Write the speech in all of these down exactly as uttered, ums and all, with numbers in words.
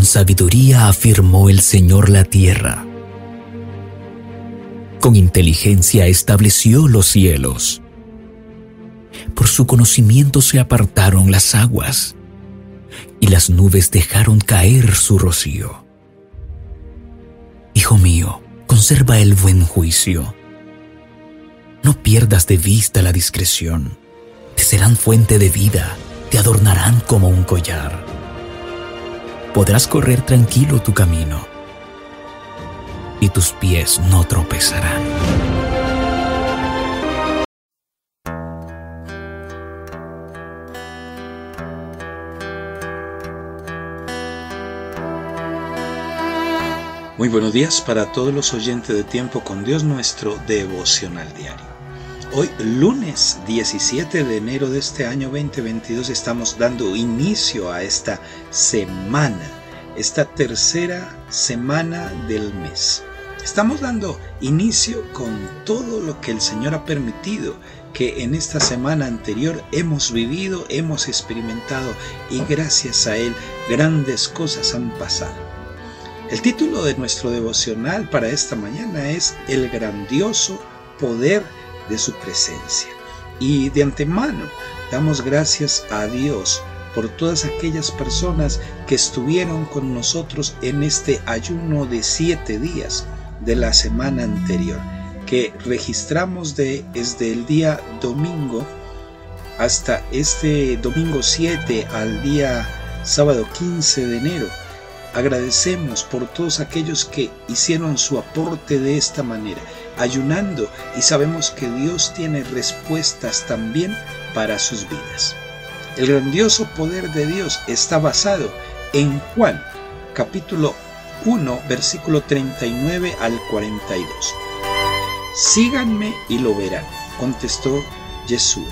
Con sabiduría afirmó el Señor la tierra. Con inteligencia estableció los cielos. Por su conocimiento se apartaron las aguas, y las nubes dejaron caer su rocío. Hijo mío, conserva el buen juicio. No pierdas de vista la discreción. Te serán fuente de vida, te adornarán como un collar. Podrás correr tranquilo tu camino, y tus pies no tropezarán. Muy buenos días para todos los oyentes de Tiempo con Dios, nuestro devocional diario. Hoy, lunes diecisiete de enero de este año veinte veintidós, estamos dando inicio a esta semana, esta tercera semana del mes. Estamos dando inicio con todo lo que el Señor ha permitido que en esta semana anterior hemos vivido, hemos experimentado, y gracias a Él grandes cosas han pasado. El título de nuestro devocional para esta mañana es El grandioso poder de su presencia. Y de antemano damos gracias a Dios por todas aquellas personas que estuvieron con nosotros en este ayuno de siete días de la semana anterior, que registramos de, desde el día domingo hasta este domingo siete al día sábado quince de enero. Agradecemos por todos aquellos que hicieron su aporte de esta manera, ayunando, y sabemos que Dios tiene respuestas también para sus vidas. El grandioso poder de Dios está basado en Juan, capítulo uno, versículo treinta y nueve al cuarenta y dos. Síganme y lo verán, contestó Yeshua.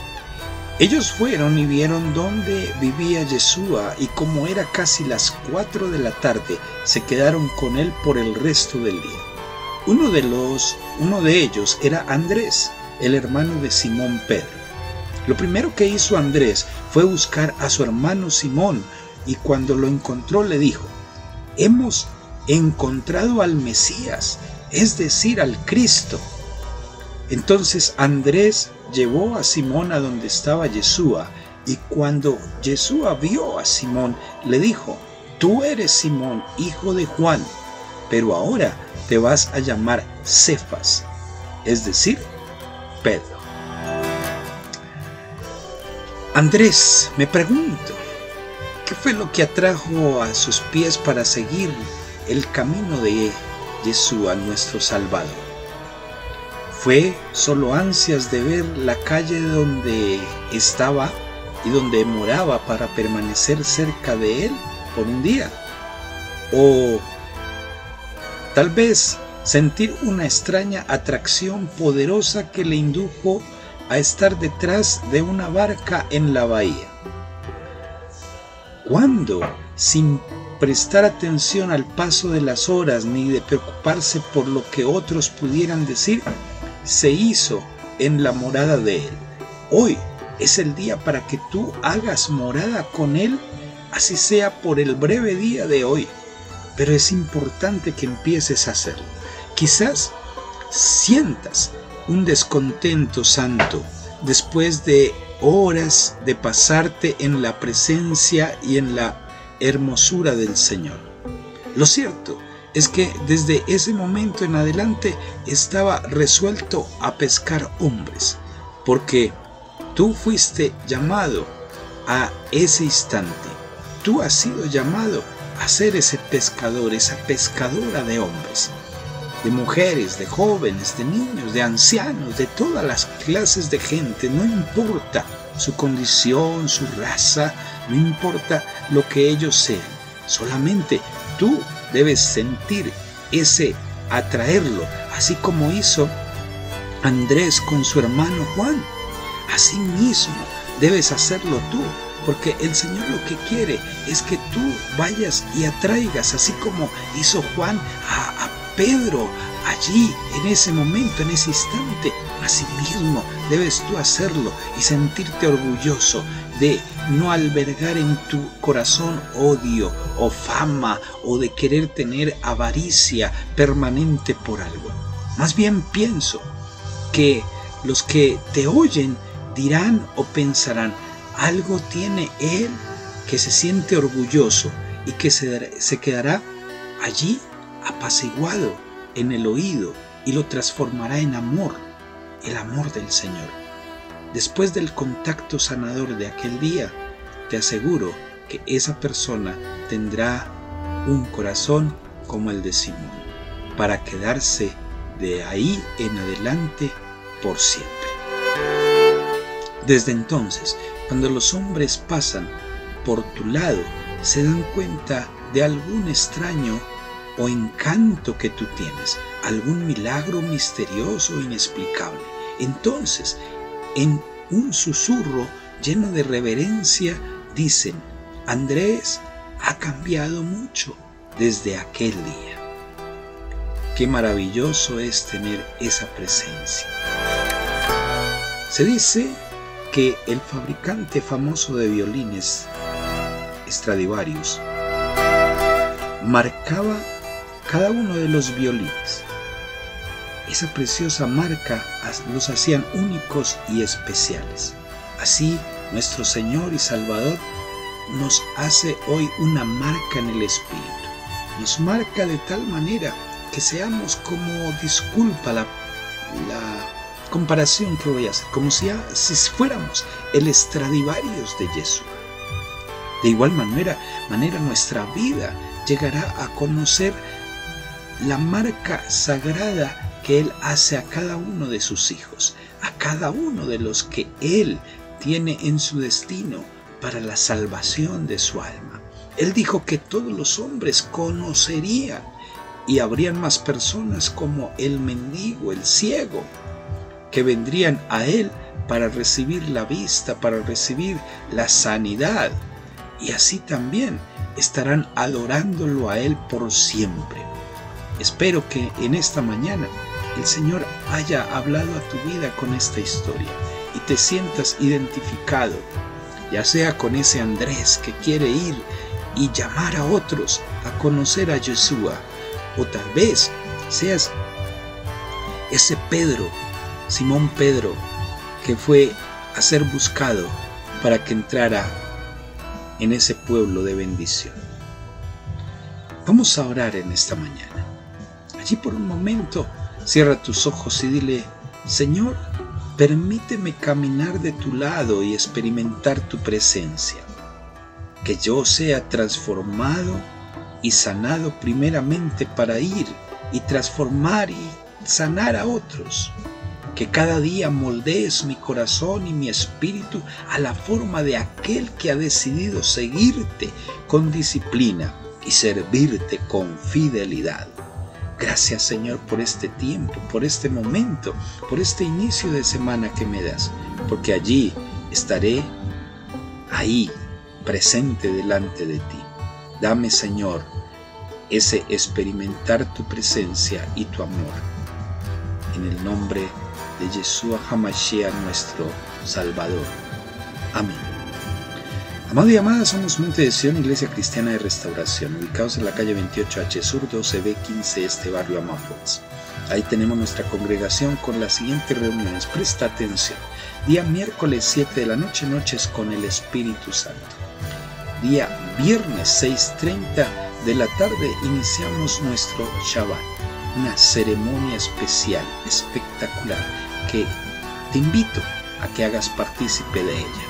Ellos fueron y vieron dónde vivía Yeshua, y como era casi las cuatro de la tarde, se quedaron con él por el resto del día. Uno de los, uno de ellos era Andrés, el hermano de Simón Pedro. Lo primero que hizo Andrés fue buscar a su hermano Simón, y cuando lo encontró le dijo: hemos encontrado al Mesías, es decir, al Cristo. Entonces Andrés llevó a Simón a donde estaba Yeshua, y cuando Yeshua vio a Simón, le dijo: tú eres Simón, hijo de Juan, pero ahora te vas a llamar Cefas, es decir, Pedro. Andrés, me pregunto, ¿qué fue lo que atrajo a sus pies para seguir el camino de Yeshua, nuestro Salvador? ¿Fue solo ansias de ver la calle donde estaba y donde moraba para permanecer cerca de él por un día? ¿O tal vez sentir una extraña atracción poderosa que le indujo a estar detrás de una barca en la bahía? ¿Cuándo, sin prestar atención al paso de las horas ni de preocuparse por lo que otros pudieran decir, se hizo en la morada de él? Hoy es el día para que tú hagas morada con él, así sea por el breve día de hoy, pero es importante que empieces a hacerlo. Quizás sientas un descontento santo después de horas de pasarte en la presencia y en la hermosura del Señor. Lo cierto es que desde ese momento en adelante estaba resuelto a pescar hombres, porque tú fuiste llamado a ese instante. Tú has sido llamado a ser ese pescador, esa pescadora de hombres, de mujeres, de jóvenes, de niños, de ancianos, de todas las clases de gente. No importa su condición, su raza, no importa lo que ellos sean, solamente tú debes sentir ese atraerlo, así como hizo Andrés con su hermano Juan. Así mismo debes hacerlo tú, porque el Señor lo que quiere es que tú vayas y atraigas, así como hizo Juan a, a Pedro allí, en ese momento, en ese instante. Así mismo debes tú hacerlo y sentirte orgulloso de no albergar en tu corazón odio o fama o de querer tener avaricia permanente por algo. Más bien pienso que los que te oyen dirán o pensarán, algo tiene él que se siente orgulloso y que se, se quedará allí apaciguado en el oído y lo transformará en amor, el amor del Señor. Después del contacto sanador de aquel día, te aseguro que esa persona tendrá un corazón como el de Simón, para quedarse de ahí en adelante por siempre. Desde entonces, cuando los hombres pasan por tu lado, se dan cuenta de algún extraño o encanto que tú tienes, algún milagro misterioso e inexplicable. Entonces, en un susurro lleno de reverencia, dicen, Andrés ha cambiado mucho desde aquel día. Qué maravilloso es tener esa presencia. Se dice que el fabricante famoso de violines, Stradivarius, marcaba cada uno de los violines. Esa preciosa marca los hacían únicos y especiales. Así, nuestro Señor y Salvador nos hace hoy una marca en el Espíritu. Nos marca de tal manera que seamos como, disculpa la, la comparación que voy a hacer, como si, si fuéramos el Stradivarius de Jesús. De igual manera, manera nuestra vida llegará a conocer la marca sagrada que Él hace a cada uno de sus hijos, a cada uno de los que Él tiene en su destino para la salvación de su alma. Él dijo que todos los hombres conocerían y habrían más personas como el mendigo, el ciego, que vendrían a Él para recibir la vista, para recibir la sanidad, y así también estarán adorándolo a Él por siempre. Espero que en esta mañana el Señor haya hablado a tu vida con esta historia y te sientas identificado, ya sea con ese Andrés que quiere ir y llamar a otros a conocer a Yeshua, o tal vez seas ese Pedro, Simón Pedro, que fue a ser buscado para que entrara en ese pueblo de bendición. Vamos a orar en esta mañana. Allí por un momento, cierra tus ojos y dile, Señor, permíteme caminar de tu lado y experimentar tu presencia. Que yo sea transformado y sanado primeramente para ir y transformar y sanar a otros. Que cada día moldees mi corazón y mi espíritu a la forma de aquel que ha decidido seguirte con disciplina y servirte con fidelidad. Gracias, Señor, por este tiempo, por este momento, por este inicio de semana que me das, porque allí estaré ahí, presente delante de ti. Dame, Señor, ese experimentar tu presencia y tu amor. En el nombre de Yeshua HaMashiach, nuestro Salvador. Amén. Amado y amada, somos Monte de Sion, Iglesia Cristiana de Restauración, ubicados en la calle veintiocho H Sur, doce B quince Este, barrio Amapots. Ahí tenemos nuestra congregación con las siguientes reuniones. Presta atención. Día miércoles siete de la noche, noches con el Espíritu Santo. Día viernes seis treinta de la tarde iniciamos nuestro Shabbat, una ceremonia especial, espectacular, que te invito a que hagas partícipe de ella.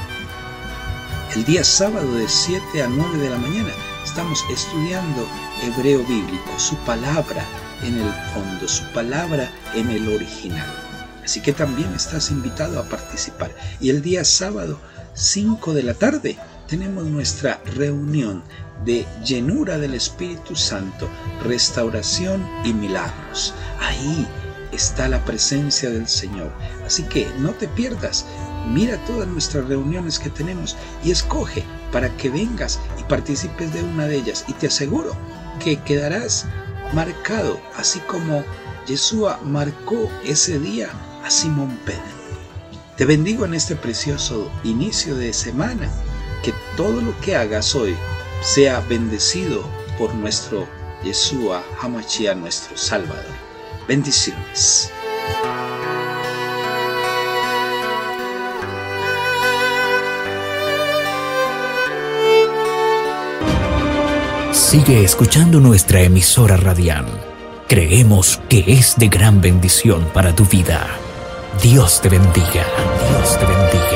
El día sábado de siete a nueve de la mañana estamos estudiando hebreo bíblico, su palabra en el fondo, su palabra en el original. Así que también estás invitado a participar. Y el día sábado, cinco de la tarde, tenemos nuestra reunión de llenura del Espíritu Santo, restauración y milagros. Ahí está la presencia del Señor. Así que no te pierdas. Mira todas nuestras reuniones que tenemos y escoge para que vengas y participes de una de ellas. Y te aseguro que quedarás marcado, así como Yeshua marcó ese día a Simón Pedro. Te bendigo en este precioso inicio de semana. Que todo lo que hagas hoy sea bendecido por nuestro Yeshua HaMashiach, nuestro Salvador. Bendiciones. Sigue escuchando nuestra emisora radial. Creemos que es de gran bendición para tu vida. Dios te bendiga. Dios te bendiga.